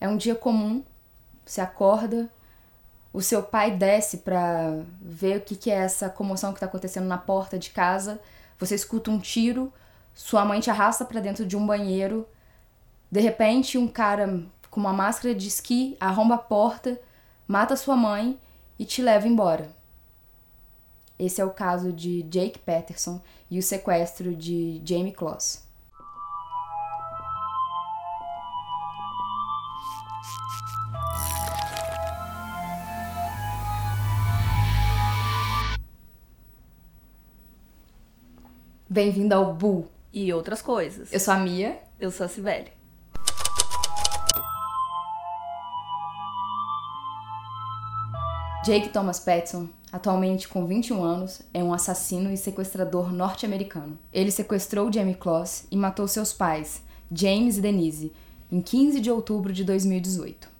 É um dia comum, você acorda, o seu pai desce pra ver o que é essa comoção que tá acontecendo na porta de casa, você escuta um tiro, sua mãe te arrasta pra dentro de um banheiro, de repente um cara com uma máscara de esqui arromba a porta, mata sua mãe e te leva embora. Esse é o caso de Jake Peterson e o sequestro de Jamie Closs. Bem-vindo ao Bull. E outras coisas. Eu sou a Mia. Eu sou a Cibele. Jake Thomas Peterson, atualmente com 21 anos, é um assassino e sequestrador norte-americano. Ele sequestrou Jamie Closs e matou seus pais, James e Denise, em 15 de outubro de 2018.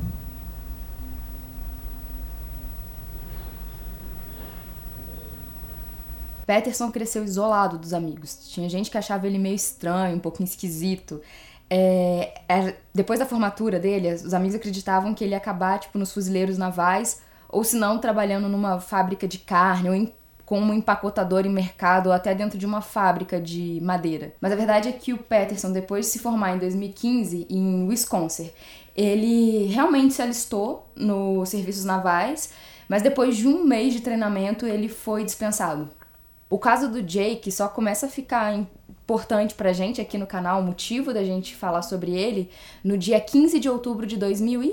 Peterson cresceu isolado dos amigos. Tinha gente que achava ele meio estranho, um pouquinho esquisito. Depois da formatura dele, os amigos acreditavam que ele ia acabar nos fuzileiros navais, ou se não, trabalhando numa fábrica de carne, ou como empacotador em mercado, ou até dentro de uma fábrica de madeira. Mas a verdade é que o Peterson, depois de se formar em 2015 em Wisconsin, ele realmente se alistou nos serviços navais, mas depois de um mês de treinamento, ele foi dispensado. O caso do Jake só começa a ficar importante pra gente aqui no canal, o motivo da gente falar sobre ele, no dia 15 de outubro de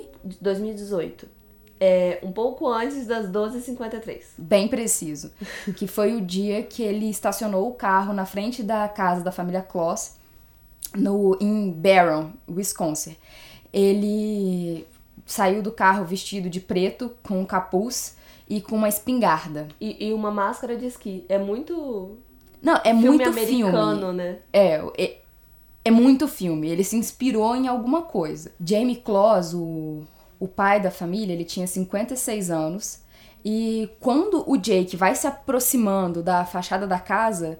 2018. Um pouco antes das 12h53. Bem preciso. Que foi o dia que ele estacionou o carro na frente da casa da família Closs, em Barron, Wisconsin. Ele saiu do carro vestido de preto, com um capuz e com uma espingarda. E uma máscara de esqui. É muito... Não, é filme muito americano, filme. Né? É muito filme. Ele se inspirou em alguma coisa. Jamie Closs, o pai da família, ele tinha 56 anos. E quando o Jake vai se aproximando da fachada da casa,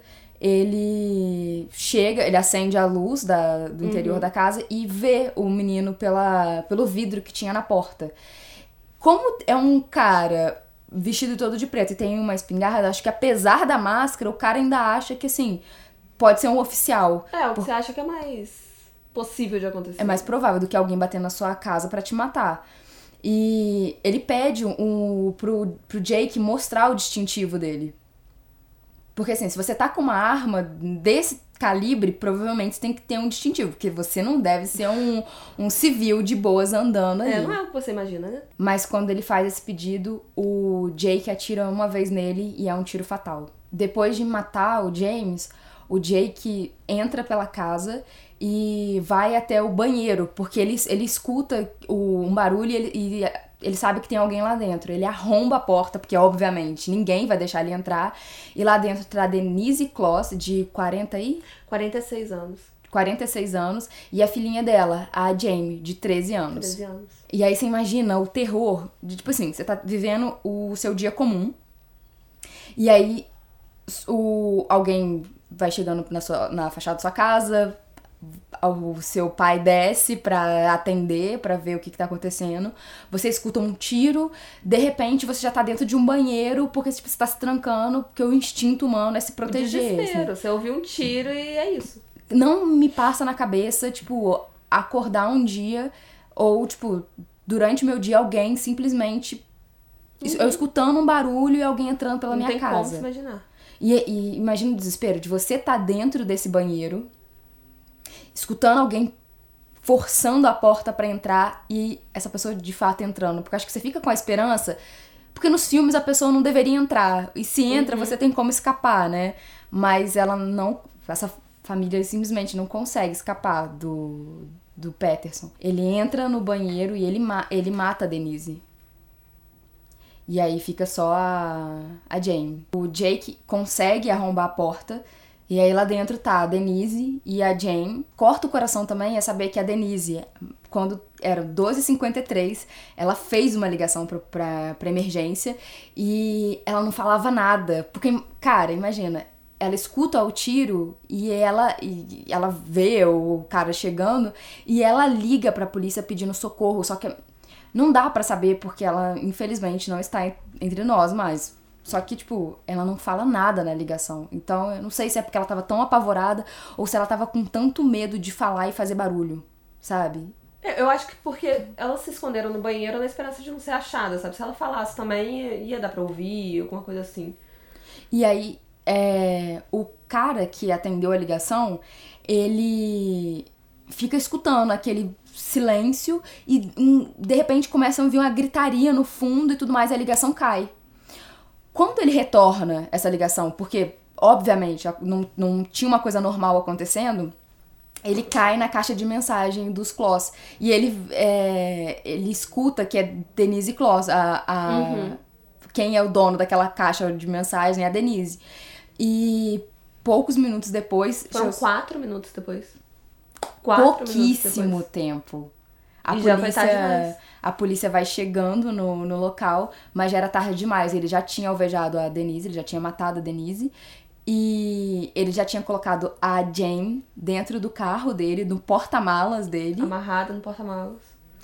ele acende a luz do interior da casa e vê o menino pelo vidro que tinha na porta. Como é um cara vestido todo de preto e tem uma espingarda, acho que apesar da máscara, o cara ainda acha que, assim, pode ser um oficial. O que você acha que é mais possível de acontecer. É mais provável do que alguém bater na sua casa pra te matar. E ele pede pro Jake mostrar o distintivo dele. Porque, assim, se você tá com uma arma desse calibre, provavelmente você tem que ter um distintivo, porque você não deve ser um civil de boas andando aí. Não é o que você imagina, né? Mas quando ele faz esse pedido, o Jake atira uma vez nele e é um tiro fatal. Depois de matar o James, o Jake entra pela casa e vai até o banheiro, porque ele escuta um barulho e ele sabe que tem alguém lá dentro. Ele arromba a porta, porque obviamente ninguém vai deixar ele entrar. E lá dentro tá a Denise Closs, de 46 anos. 46 anos, e a filhinha dela, a Jamie, de 13 anos. 13 anos. E aí você imagina o terror de, tipo assim, você tá vivendo o seu dia comum, e aí alguém vai chegando na fachada da sua casa, o seu pai desce pra atender, pra ver o que tá acontecendo, você escuta um tiro, de repente você já tá dentro de um banheiro, porque você tá se trancando, porque o instinto humano é se proteger. Desespero, você ouviu um tiro e é isso. Não me passa na cabeça, acordar um dia, ou, durante o meu dia, alguém simplesmente... Eu escutando um barulho e alguém entrando pela minha casa. Não tem como se imaginar. E imagina o desespero de você estar dentro desse banheiro, escutando alguém forçando a porta pra entrar e essa pessoa de fato entrando. Porque acho que você fica com a esperança... Porque nos filmes a pessoa não deveria entrar. E se entra, você tem como escapar, né? Mas ela não... Essa família simplesmente não consegue escapar do Peterson. Ele entra no banheiro e ele mata a Denise. E aí fica só a Jamie. O Jake consegue arrombar a porta. E aí lá dentro tá a Denise e a Jamie. Corta o coração também é saber que a Denise, quando era 12h53, ela fez uma ligação pra emergência. E ela não falava nada. Porque, cara, imagina... ela escuta o tiro e ela vê o cara chegando e ela liga pra polícia pedindo socorro, só que não dá pra saber porque ela, infelizmente, não está entre nós mais. Só que, tipo, ela não fala nada na ligação. Então, eu não sei se é porque ela tava tão apavorada ou se ela tava com tanto medo de falar e fazer barulho, sabe? Eu acho que porque elas se esconderam no banheiro na esperança de não ser achada, sabe? Se ela falasse também, ia dar pra ouvir, alguma coisa assim. E aí, o cara que atendeu a ligação, ele fica escutando aquele silêncio e de repente começa a ouvir uma gritaria no fundo e tudo mais, e a ligação cai. Quando ele retorna essa ligação, porque obviamente não tinha uma coisa normal acontecendo, ele cai na caixa de mensagem dos Kloss. E ele escuta que é Denise Kloss, quem é o dono daquela caixa de mensagem é a Denise. E poucos minutos depois... Foram 4 minutos depois. Pouquíssimo tempo. Já A polícia vai chegando no local, mas já era tarde demais. Ele já tinha alvejado a Denise, ele já tinha matado a Denise. E ele já tinha colocado a Jane dentro do carro dele, no porta-malas dele. Amarrada no porta-malas.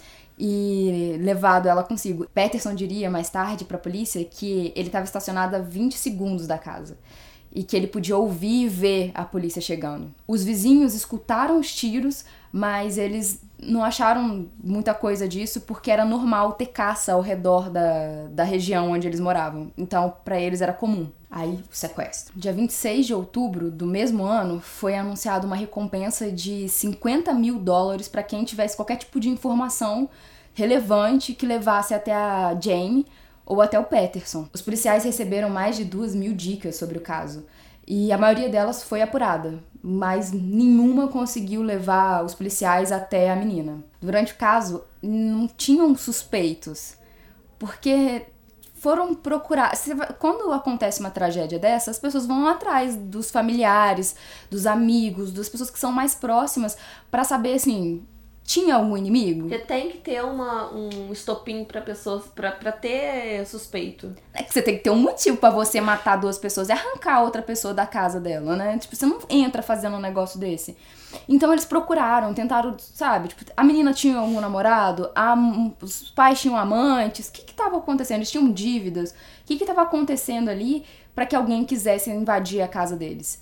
E levado ela consigo. Peterson diria mais tarde pra polícia que ele estava estacionado a 20 segundos da casa. E que ele podia ouvir e ver a polícia chegando. Os vizinhos escutaram os tiros, mas eles não acharam muita coisa disso porque era normal ter caça ao redor da região onde eles moravam. Então, pra eles era comum. Aí, o sequestro. Dia 26 de outubro do mesmo ano, foi anunciada uma recompensa de $50 mil pra quem tivesse qualquer tipo de informação relevante que levasse até a Jamie ou até o Peterson. Os policiais receberam mais de 2.000 dicas sobre o caso. E a maioria delas foi apurada, mas nenhuma conseguiu levar os policiais até a menina. Durante o caso, não tinham suspeitos, porque foram procurar... Quando acontece uma tragédia dessa, as pessoas vão atrás dos familiares, dos amigos, das pessoas que são mais próximas, pra saber, assim, tinha algum inimigo? Porque tem que ter um estopim pra pessoas, pra ter suspeito. É que você tem que ter um motivo pra você matar 2 pessoas e arrancar outra pessoa da casa dela, né? Tipo, você não entra fazendo um negócio desse. Então eles procuraram, tentaram, sabe? Tipo, a menina tinha algum namorado? Os pais tinham amantes? O que tava acontecendo? Eles tinham dívidas? O que tava acontecendo ali pra que alguém quisesse invadir a casa deles?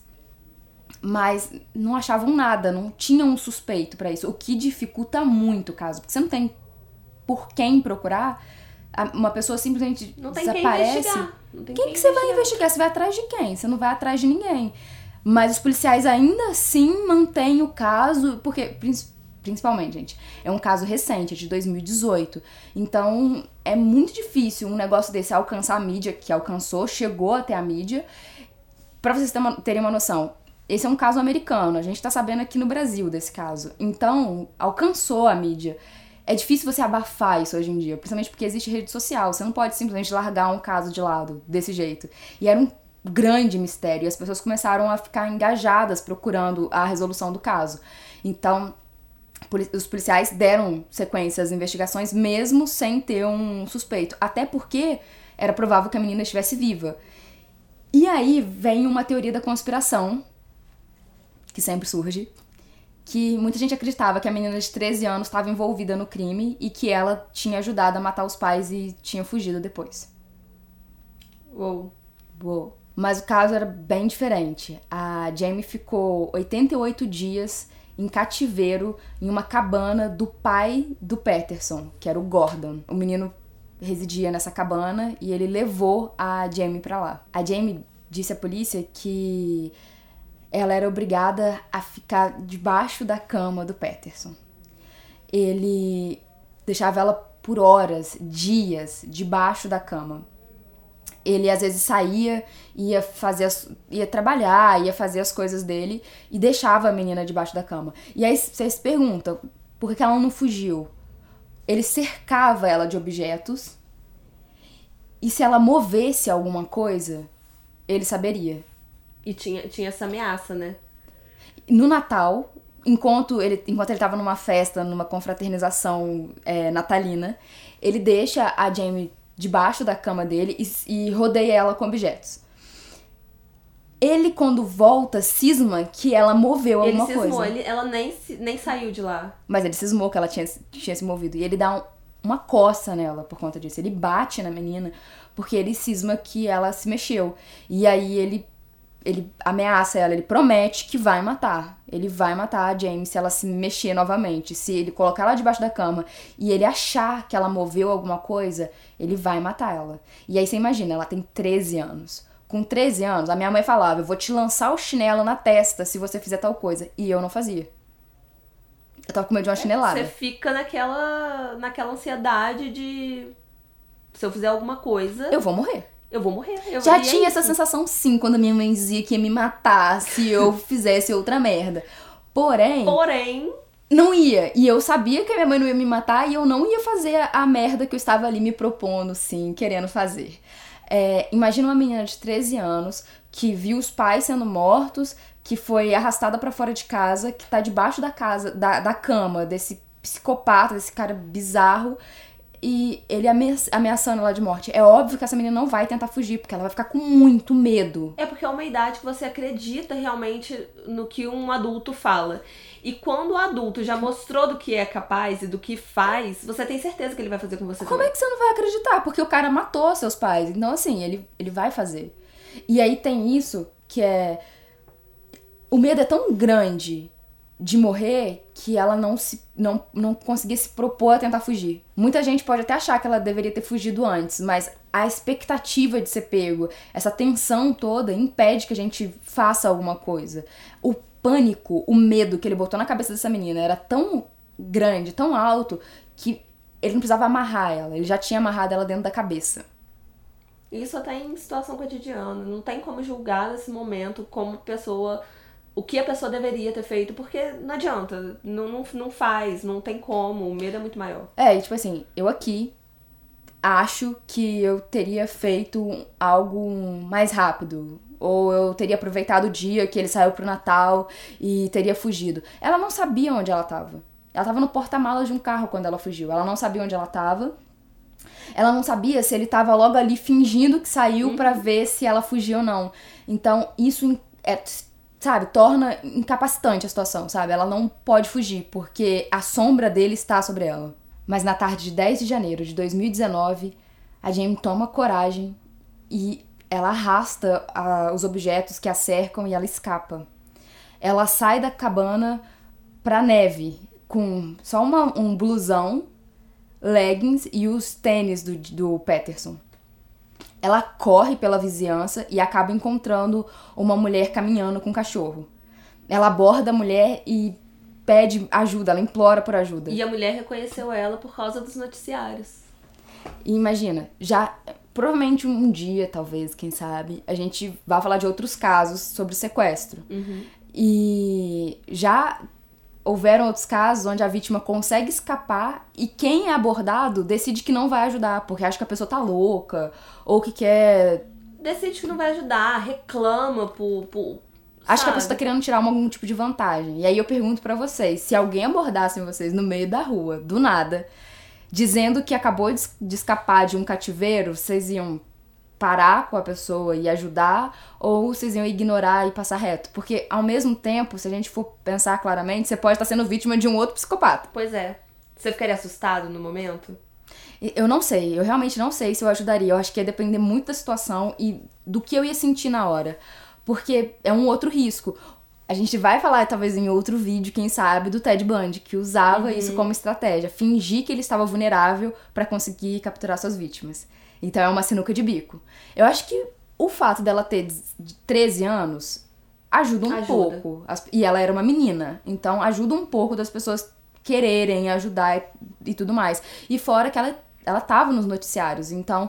Mas não achavam nada, não tinham um suspeito pra isso, o que dificulta muito o caso, porque você não tem por quem procurar, uma pessoa simplesmente não tem desaparece. Quem investigar. Não tem quem que você vai investigar? Você vai atrás de quem? Você não vai atrás de ninguém. Mas os policiais ainda assim mantêm o caso, porque, principalmente, gente, é um caso recente, é de 2018. Então, é muito difícil um negócio desse alcançar a mídia, que alcançou, chegou até a mídia. Pra vocês terem uma noção, esse é um caso americano, a gente tá sabendo aqui no Brasil desse caso. Então, alcançou a mídia. É difícil você abafar isso hoje em dia, principalmente porque existe rede social. Você não pode simplesmente largar um caso de lado desse jeito. E era um grande mistério. E as pessoas começaram a ficar engajadas procurando a resolução do caso. Então, os policiais deram sequência às investigações mesmo sem ter um suspeito. Até porque era provável que a menina estivesse viva. E aí vem uma teoria da conspiração, que sempre surge, que muita gente acreditava que a menina de 13 anos estava envolvida no crime e que ela tinha ajudado a matar os pais e tinha fugido depois. Uou. Mas o caso era bem diferente. A Jamie ficou 88 dias em cativeiro em uma cabana do pai do Peterson, que era o Gordon. O menino residia nessa cabana e ele levou a Jamie pra lá. A Jamie disse à polícia que ela era obrigada a ficar debaixo da cama do Peterson. Ele deixava ela por horas, dias, debaixo da cama. Ele às vezes saía, ia trabalhar, ia fazer as coisas dele e deixava a menina debaixo da cama. E aí você se pergunta, por que ela não fugiu? Ele cercava ela de objetos e se ela movesse alguma coisa, ele saberia. E tinha essa ameaça, né? No Natal, enquanto ele tava numa festa, numa confraternização natalina, ele deixa a Jamie debaixo da cama dele e rodeia ela com objetos. Ele, quando volta, cisma que ela moveu alguma Ele cismou, coisa. ela nem saiu de lá. Mas ele cismou que ela tinha se movido. E ele dá uma coça nela por conta disso. Ele bate na menina porque ele cisma que ela se mexeu. E aí ele ameaça ela, ele promete que vai matar. Ele vai matar a Jamie se ela se mexer novamente. Se ele colocar ela debaixo da cama e ele achar que ela moveu alguma coisa, ele vai matar ela. E aí você imagina, ela tem 13 anos. Com 13 anos, a minha mãe falava, eu vou te lançar o chinelo na testa se você fizer tal coisa. E eu não fazia. Eu tava com medo de uma chinelada. Você fica naquela ansiedade de... Se eu fizer alguma coisa... Eu vou morrer. Eu vou morrer. Já tinha essa sensação, sim, quando a minha mãe dizia que ia me matar se eu fizesse outra merda. Porém, não ia. E eu sabia que a minha mãe não ia me matar e eu não ia fazer a merda que eu estava ali me propondo, sim, querendo fazer. Imagina uma menina de 13 anos que viu os pais sendo mortos, que foi arrastada pra fora de casa, que tá debaixo da cama desse psicopata, desse cara bizarro, e ele ameaçando ela de morte. É óbvio que essa menina não vai tentar fugir, porque ela vai ficar com muito medo. É porque é uma idade que você acredita realmente no que um adulto fala. E quando o adulto já mostrou do que é capaz e do que faz, você tem certeza que ele vai fazer com você Como também. é que você não vai acreditar? Porque o cara matou seus pais. Então, assim, ele vai fazer. E aí tem isso que é... O medo é tão grande de morrer que ela não conseguia se propor a tentar fugir. Muita gente pode até achar que ela deveria ter fugido antes, mas a expectativa de ser pego, essa tensão toda, impede que a gente faça alguma coisa. O pânico, o medo que ele botou na cabeça dessa menina era tão grande, tão alto, que ele não precisava amarrar ela, ele já tinha amarrado ela dentro da cabeça. Isso até em situação cotidiana. Não tem como julgar nesse momento como pessoa... O que a pessoa deveria ter feito, porque não adianta, não faz, não tem como, o medo é muito maior. E tipo assim, eu aqui acho que eu teria feito algo mais rápido, ou eu teria aproveitado o dia que ele saiu pro Natal e teria fugido. Ela não sabia onde ela tava. Ela tava no porta-malas de um carro quando ela fugiu, ela não sabia onde ela tava. Ela não sabia se ele tava logo ali fingindo que saiu pra ver se ela fugia ou não. Então, isso sabe, torna incapacitante a situação, sabe? Ela não pode fugir, porque a sombra dele está sobre ela. Mas na tarde de 10 de janeiro de 2019, a Jamie toma coragem e ela arrasta os objetos que a cercam e ela escapa. Ela sai da cabana pra neve, com só um blusão, leggings e os tênis do Peterson. Ela corre pela vizinhança e acaba encontrando uma mulher caminhando com um cachorro. Ela aborda a mulher e pede ajuda, ela implora por ajuda. E a mulher reconheceu ela por causa dos noticiários. E imagina, provavelmente um dia, talvez, quem sabe, a gente vai falar de outros casos sobre sequestro. Uhum. E já houveram outros casos onde a vítima consegue escapar e quem é abordado decide que não vai ajudar, porque acha que a pessoa tá louca, ou que quer... Decide que não vai ajudar, reclama Acho que a pessoa tá querendo tirar algum tipo de vantagem. E aí eu pergunto pra vocês, se alguém abordasse vocês no meio da rua, do nada, dizendo que acabou de escapar de um cativeiro, vocês iam parar com a pessoa e ajudar, ou vocês iam ignorar e passar reto? Porque, ao mesmo tempo, se a gente for pensar claramente, você pode estar sendo vítima de um outro psicopata. Pois é. Você ficaria assustado no momento? Eu não sei, eu realmente não sei se eu ajudaria. Eu acho que ia depender muito da situação e do que eu ia sentir na hora. Porque é um outro risco. A gente vai falar, talvez, em outro vídeo, quem sabe, do Ted Bundy, que usava isso como estratégia. Fingir que ele estava vulnerável pra conseguir capturar suas vítimas. Então é uma sinuca de bico. Eu acho que o fato dela ter 13 anos ajuda um pouco. E ela era uma menina. Então ajuda um pouco das pessoas quererem ajudar e tudo mais. E fora que ela tava nos noticiários. Então,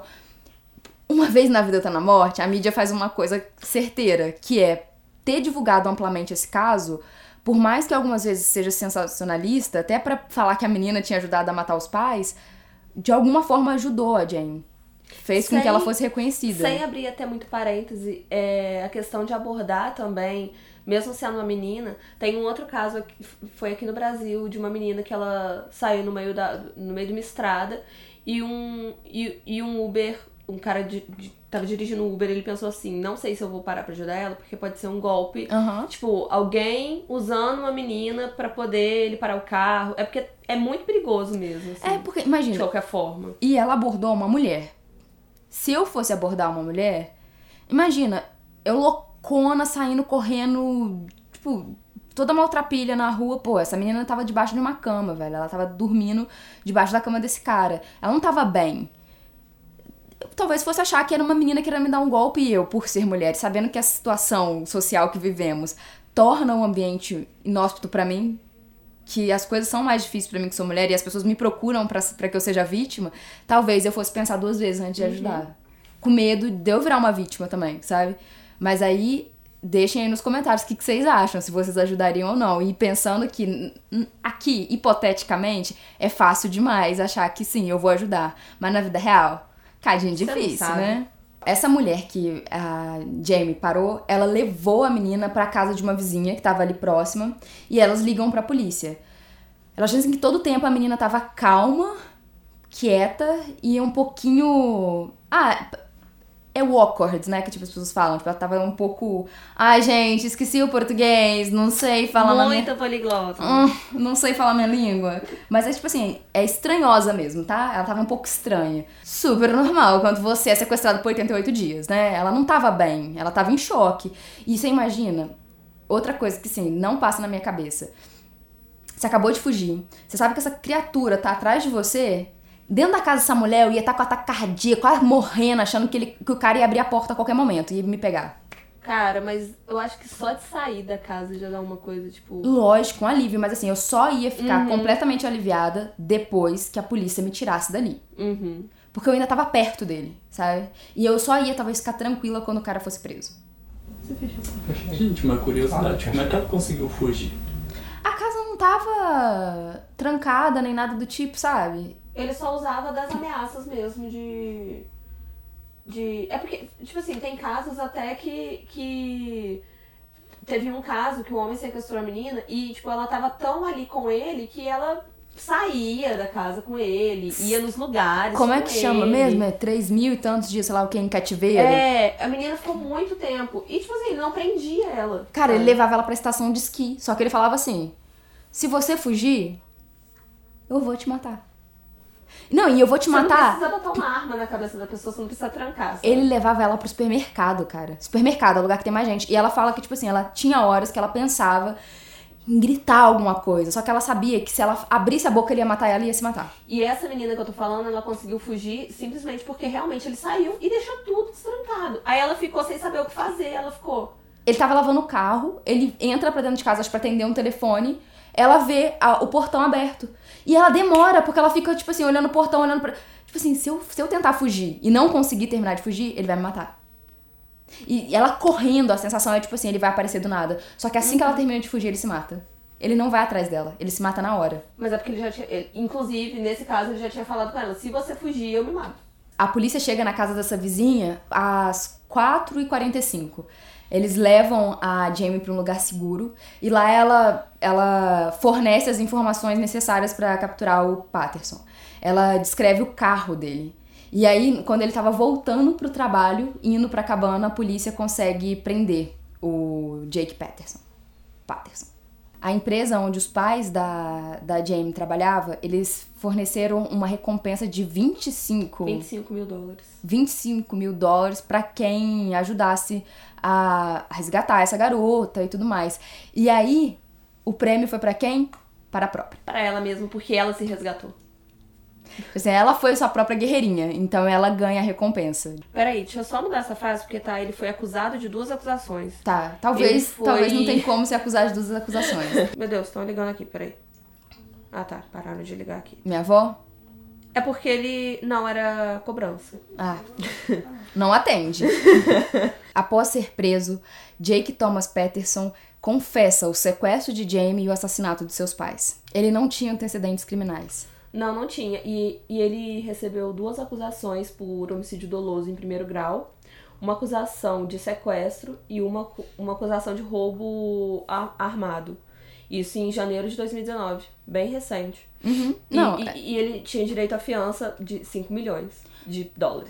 uma vez na vida tá na morte, a mídia faz uma coisa certeira, que é ter divulgado amplamente esse caso, por mais que algumas vezes seja sensacionalista, até pra falar que a menina tinha ajudado a matar os pais, de alguma forma ajudou a Jane. Fez com que ela fosse reconhecida. Sem abrir até muito parêntese, a questão de abordar também, mesmo sendo uma menina, tem um outro caso que foi aqui no Brasil, de uma menina que ela saiu no meio de uma estrada e um Uber um cara tava dirigindo o Uber, ele pensou assim, não sei se eu vou parar pra ajudar ela, porque pode ser um golpe. Tipo, alguém usando uma menina pra poder ele parar o carro. É porque é muito perigoso mesmo, assim. É porque, imagina. De qualquer forma. E ela abordou uma mulher. Se eu fosse abordar uma mulher, imagina, eu loucona saindo, correndo, tipo, toda maltrapilha na rua. Pô, essa menina tava debaixo de uma cama, velho. Ela tava dormindo debaixo da cama desse cara. Ela não tava bem. Talvez fosse achar que era uma menina querendo me dar um golpe e eu, por ser mulher, sabendo que a situação social que vivemos torna o ambiente inóspito pra mim, que as coisas são mais difíceis pra mim que sou mulher e as pessoas me procuram pra que eu seja vítima, talvez eu fosse pensar 2 vezes antes de ajudar. Com medo de eu virar uma vítima também, sabe? Mas aí, deixem aí nos comentários o que vocês acham, se vocês ajudariam ou não. E pensando que aqui, hipoteticamente, é fácil demais achar que sim, eu vou ajudar. Mas na vida real, cadinho difícil, né? Essa mulher que a Jamie parou, ela levou a menina pra casa de uma vizinha que tava ali próxima e elas ligam pra polícia. Elas dizem que todo o tempo a menina tava calma, quieta e um pouquinho... é awkward, né? Que tipo, as pessoas falam. Tipo, ela tava um pouco... Ai, gente, esqueci o português, não sei falar Muita poliglota. Não sei falar minha língua. Mas é tipo assim, é estranhosa mesmo, tá? Ela tava um pouco estranha. Super normal quando você é sequestrado por 88 dias, né? Ela não tava bem, ela tava em choque. E você imagina, outra coisa que assim, não passa na minha cabeça. Você acabou de fugir. Você sabe que essa criatura tá atrás de você... Dentro da casa dessa mulher, eu ia estar com ataque cardíaco, quase morrendo, achando que o cara ia abrir a porta a qualquer momento e ia me pegar. Cara, mas eu acho que só de sair da casa já dá uma coisa, tipo... Lógico, um alívio, mas assim, eu só ia ficar completamente aliviada depois que a polícia me tirasse dali. Porque eu ainda tava perto dele, sabe? E eu só ia, talvez, ficar tranquila quando o cara fosse preso. Gente, uma curiosidade, como é que ela conseguiu fugir? A casa não tava trancada nem nada do tipo, sabe? Ele só usava das ameaças mesmo É porque, tipo assim, tem casos até que... Teve um caso que o homem sequestrou a menina e, tipo, ela tava tão ali com ele que ela saía da casa com ele, ia nos lugares Como com é que chama mesmo? É 3.000 e tantos dias, sei lá o que, em cativeiro? É, a menina ficou muito tempo. E, tipo assim, ele não prendia ela. Cara, ele levava ela pra estação de esqui. Só que ele falava assim, se você fugir, eu vou te matar. Não, e eu vou te matar... Você não precisa botar uma arma na cabeça da pessoa, você não precisa trancar. Sabe? Ele levava ela pro supermercado, cara. Supermercado é o lugar que tem mais gente. E ela fala que, tipo assim, ela tinha horas que ela pensava em gritar alguma coisa. Só que ela sabia que se ela abrisse a boca, ele ia matar ela e ia se matar. E essa menina que eu tô falando, ela conseguiu fugir simplesmente porque realmente ele saiu e deixou tudo destrancado. Aí ela ficou sem saber o que fazer, ela ficou... Ele tava lavando o carro, ele entra pra dentro de casa, acho, pra atender um telefone... Ela vê o portão aberto. E ela demora, porque ela fica, tipo assim, olhando o portão, olhando pra... Tipo assim, se eu tentar fugir e não conseguir terminar de fugir, ele vai me matar. E ela correndo, a sensação é, tipo assim, ele vai aparecer do nada. Só que assim que ela termina de fugir, ele se mata. Ele não vai atrás dela, ele se mata na hora. Mas é porque ele já tinha... inclusive, nesse caso, ele já tinha falado com ela, se você fugir, eu me mato. A polícia chega na casa dessa vizinha às 4h45. Eles levam a Jamie pra um lugar seguro e lá ela fornece as informações necessárias pra capturar o Patterson. Ela descreve o carro dele. E aí, quando ele tava voltando pro trabalho, indo pra cabana, a polícia consegue prender o Jake Patterson. A empresa onde os pais da Jamie trabalhavam, eles forneceram uma recompensa de 25 mil dólares. 25 mil dólares pra quem ajudasse a resgatar essa garota e tudo mais. E aí, o prêmio foi pra quem? Para a própria. Para ela mesma, porque ela se resgatou. Assim, ela foi sua própria guerreirinha, então ela ganha a recompensa. Peraí, deixa eu só mudar essa frase, porque tá, ele foi acusado de 2 acusações. Tá, talvez não tenha como ser acusado de 2 acusações. Meu Deus, estão ligando aqui, peraí. Ah tá, pararam de ligar aqui. Minha avó? É porque ele... Não, era cobrança. Ah, não atende. Após ser preso, Jake Thomas Patterson confessa o sequestro de Jamie e o assassinato de seus pais. Ele não tinha antecedentes criminais. Não tinha. E ele recebeu 2 acusações por homicídio doloso em 1º grau, uma acusação de sequestro e uma acusação de roubo armado. Isso em janeiro de 2019, bem recente. Uhum. E ele tinha direito à fiança de 5 milhões de dólares.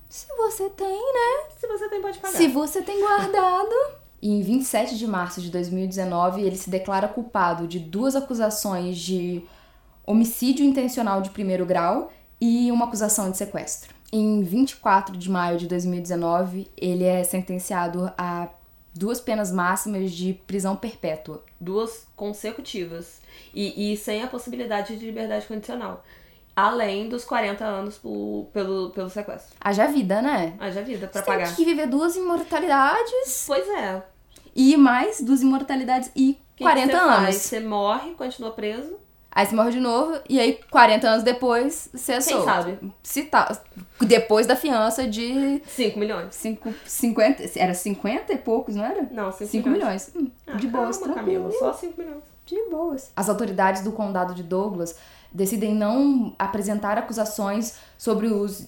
Se você tem, né? Se você tem, pode pagar. Se você tem guardado. E em 27 de março de 2019, ele se declara culpado de 2 acusações de homicídio intencional de primeiro grau e uma acusação de sequestro. Em 24 de maio de 2019, ele é sentenciado a 2 penas máximas de prisão perpétua. 2 consecutivas. E sem a possibilidade de liberdade condicional. Além dos 40 anos pelo sequestro. Haja vida, né? Haja vida pra Você pagar. tem que viver 2 imortalidades. Pois é. E mais 2 imortalidades e 40 anos. Faz? Você morre, continua preso. Aí você morre de novo, e aí 40 anos depois você é solto. Quem sabe? Se tá, depois da fiança de 5 milhões. 50, era 50 e poucos, não era? Não, 5 5 milhões. De boas, calma, tranquilo. Camila, só 5 milhões. De boas. As autoridades do condado de Douglas decidem não apresentar acusações sobre os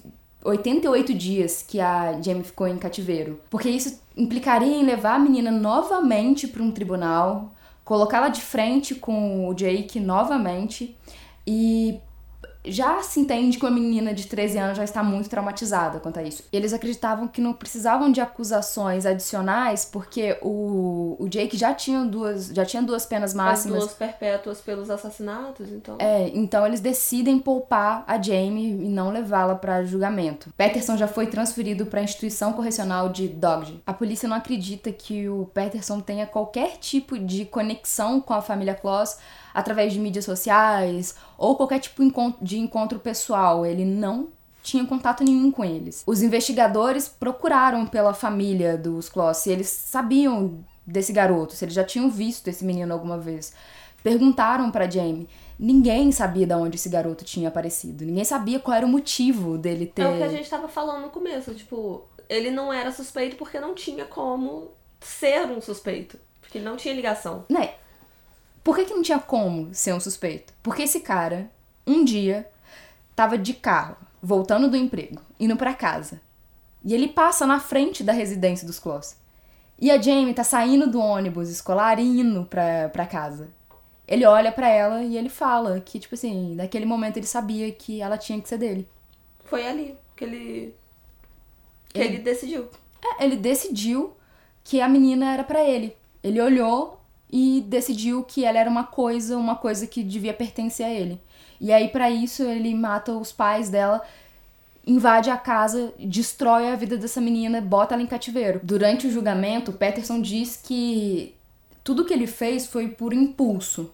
88 dias que a Jamie ficou em cativeiro, porque isso implicaria em levar a menina novamente para um tribunal, colocá-la de frente com o Jake novamente, e já se entende que uma menina de 13 anos já está muito traumatizada quanto a isso. Eles acreditavam que não precisavam de acusações adicionais porque o Jake já tinha duas penas máximas. As 2 perpétuas pelos assassinatos, então. Então eles decidem poupar a Jamie e não levá-la para julgamento. Peterson já foi transferido para a instituição correcional de Dogge. A polícia não acredita que o Peterson tenha qualquer tipo de conexão com a família Claus através de mídias sociais ou qualquer tipo de encontro pessoal. Ele não tinha contato nenhum com eles. Os investigadores procuraram pela família dos Claus, se eles sabiam desse garoto, se eles já tinham visto esse menino alguma vez. Perguntaram pra Jamie. Ninguém sabia de onde esse garoto tinha aparecido. Ninguém sabia qual era o motivo dele ter... É o que a gente tava falando no começo. Tipo, ele não era suspeito porque não tinha como ser um suspeito. Porque não tinha ligação. Né? Por que não tinha como ser um suspeito? Porque esse cara, um dia, tava de carro, voltando do emprego, indo pra casa. E ele passa na frente da residência dos Claus. E a Jamie tá saindo do ônibus escolar e indo pra casa. Ele olha pra ela e ele fala que, tipo assim, naquele momento ele sabia que ela tinha que ser dele. Foi ali que ele decidiu. Ele decidiu que a menina era pra ele. Ele olhou e decidiu que ela era uma coisa que devia pertencer a ele. E aí, pra isso, ele mata os pais dela, invade a casa, destrói a vida dessa menina, bota ela em cativeiro. Durante o julgamento, Peterson diz que tudo que ele fez foi por impulso.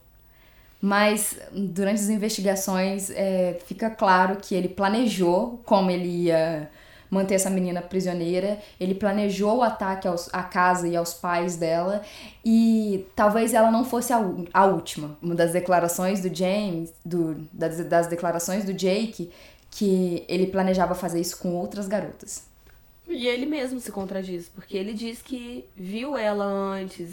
Mas, durante as investigações, fica claro que ele planejou como ele ia manter essa menina prisioneira, ele planejou o ataque à casa e aos pais dela, e talvez ela não fosse a última. Uma das declarações do James, das declarações do Jake, que ele planejava fazer isso com outras garotas. E ele mesmo se contradiz, porque ele diz que viu ela antes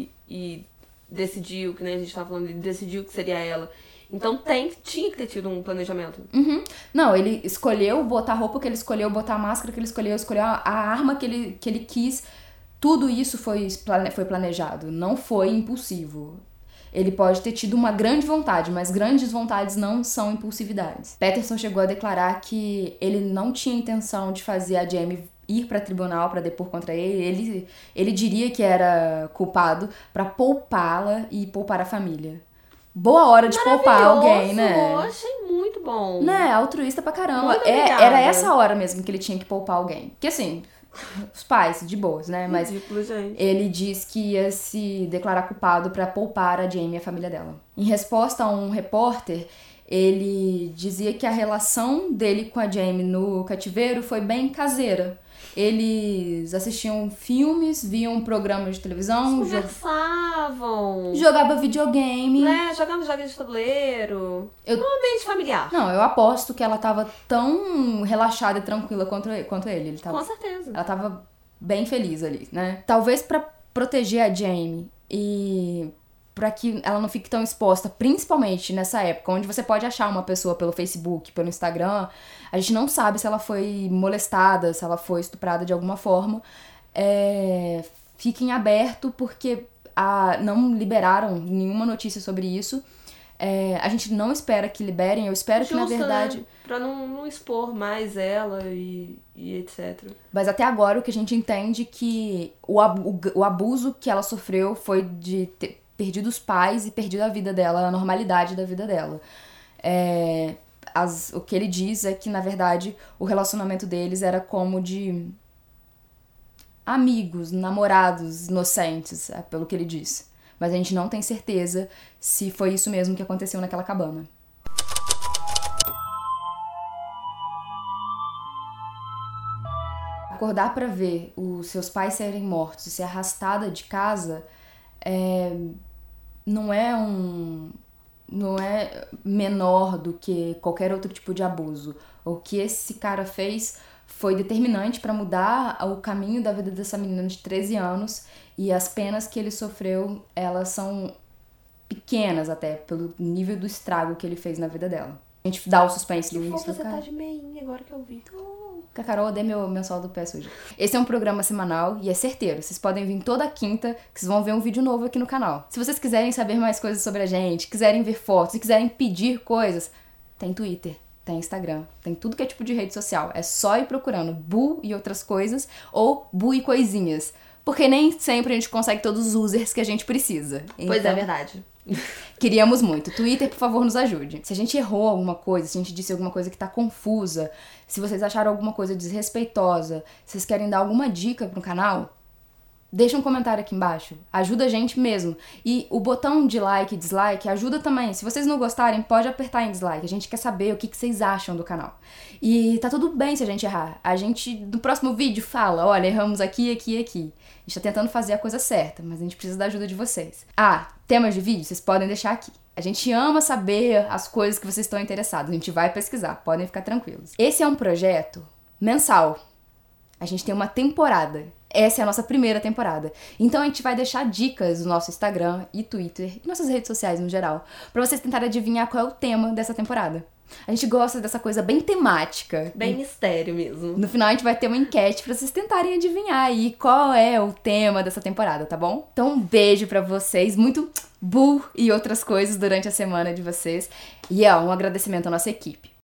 e decidiu, que nem a gente tava falando, ele decidiu que seria ela. Então tinha que ter tido um planejamento. Uhum. Não, ele escolheu botar a roupa que ele escolheu, botar a máscara que ele escolheu a arma que ele quis. Tudo isso foi planejado, não foi impulsivo. Ele pode ter tido uma grande vontade, mas grandes vontades não são impulsividades. Peterson chegou a declarar que ele não tinha intenção de fazer a Jamie ir para tribunal para depor contra ele. Ele diria que era culpado para poupá-la e poupar a família. Boa hora de poupar alguém, né? Eu achei muito bom. Né? Altruísta pra caramba. Muito obrigada. Era essa hora mesmo que ele tinha que poupar alguém. Porque assim, os pais, de boas, né? Mas ridículo, gente. ele diz que ia se declarar culpado pra poupar a Jamie e a família dela. Em resposta a um repórter, ele dizia que a relação dele com a Jamie no cativeiro foi bem caseira. Eles assistiam filmes, viam programas de televisão, Conversavam. jogava videogame. Né? Jogavam joguinhos de tabuleiro. Um ambiente familiar. Não, eu aposto que ela tava tão relaxada e tranquila quanto ele. Com certeza. Ela tava bem feliz ali, né? Talvez pra proteger a Jamie e pra que ela não fique tão exposta, principalmente nessa época, onde você pode achar uma pessoa pelo Facebook, pelo Instagram, a gente não sabe se ela foi molestada, se ela foi estuprada de alguma forma. Fique em aberto, porque não liberaram nenhuma notícia sobre isso. A gente não espera que liberem, eu espero que, na verdade... Né? Pra não expor mais ela e etc. Mas até agora o que a gente entende que o abuso que ela sofreu foi de ter perdido os pais e perdido a vida dela, a normalidade da vida dela. O que ele diz é que, na verdade, o relacionamento deles era como de amigos, namorados, inocentes, pelo que ele diz. Mas a gente não tem certeza se foi isso mesmo que aconteceu naquela cabana. Acordar pra ver os seus pais serem mortos e ser arrastada de casa não é menor do que qualquer outro tipo de abuso. O que esse cara fez foi determinante para mudar o caminho da vida dessa menina de 13 anos, e as penas que ele sofreu, elas são pequenas até, pelo nível do estrago que ele fez na vida dela. A gente dá o suspense do início do você tá de meinha agora que eu vi. Que a Carol odeia meu sol do pé sujo. Esse é um programa semanal e é certeiro. Vocês podem vir toda quinta, que vocês vão ver um vídeo novo aqui no canal. Se vocês quiserem saber mais coisas sobre a gente, quiserem ver fotos e quiserem pedir coisas, tem Twitter, tem Instagram, tem tudo que é tipo de rede social. É só ir procurando Bu e outras coisas ou Bu e coisinhas. Porque nem sempre a gente consegue todos os users que a gente precisa. Pois é, verdade. Queríamos muito. Twitter, por favor, nos ajude. Se a gente errou alguma coisa, se a gente disse alguma coisa que tá confusa, se vocês acharam alguma coisa desrespeitosa, se vocês querem dar alguma dica pro canal, deixa um comentário aqui embaixo. Ajuda a gente mesmo. E o botão de like e dislike ajuda também. Se vocês não gostarem, pode apertar em dislike. A gente quer saber o que vocês acham do canal. E tá tudo bem se a gente errar. A gente, no próximo vídeo, fala, olha, erramos aqui, aqui e aqui. A gente tá tentando fazer a coisa certa, mas a gente precisa da ajuda de vocês. Temas de vídeo, vocês podem deixar aqui. A gente ama saber as coisas que vocês estão interessados. A gente vai pesquisar, podem ficar tranquilos. Esse é um projeto mensal. A gente tem uma temporada. Essa é a nossa primeira temporada. Então a gente vai deixar dicas no nosso Instagram e Twitter e nossas redes sociais no geral, pra vocês tentarem adivinhar qual é o tema dessa temporada. A gente gosta dessa coisa bem temática. Bem mistério mesmo. No final a gente vai ter uma enquete pra vocês tentarem adivinhar aí qual é o tema dessa temporada, tá bom? Então um beijo pra vocês, muito Bu e outras coisas durante a semana de vocês. E um agradecimento à nossa equipe.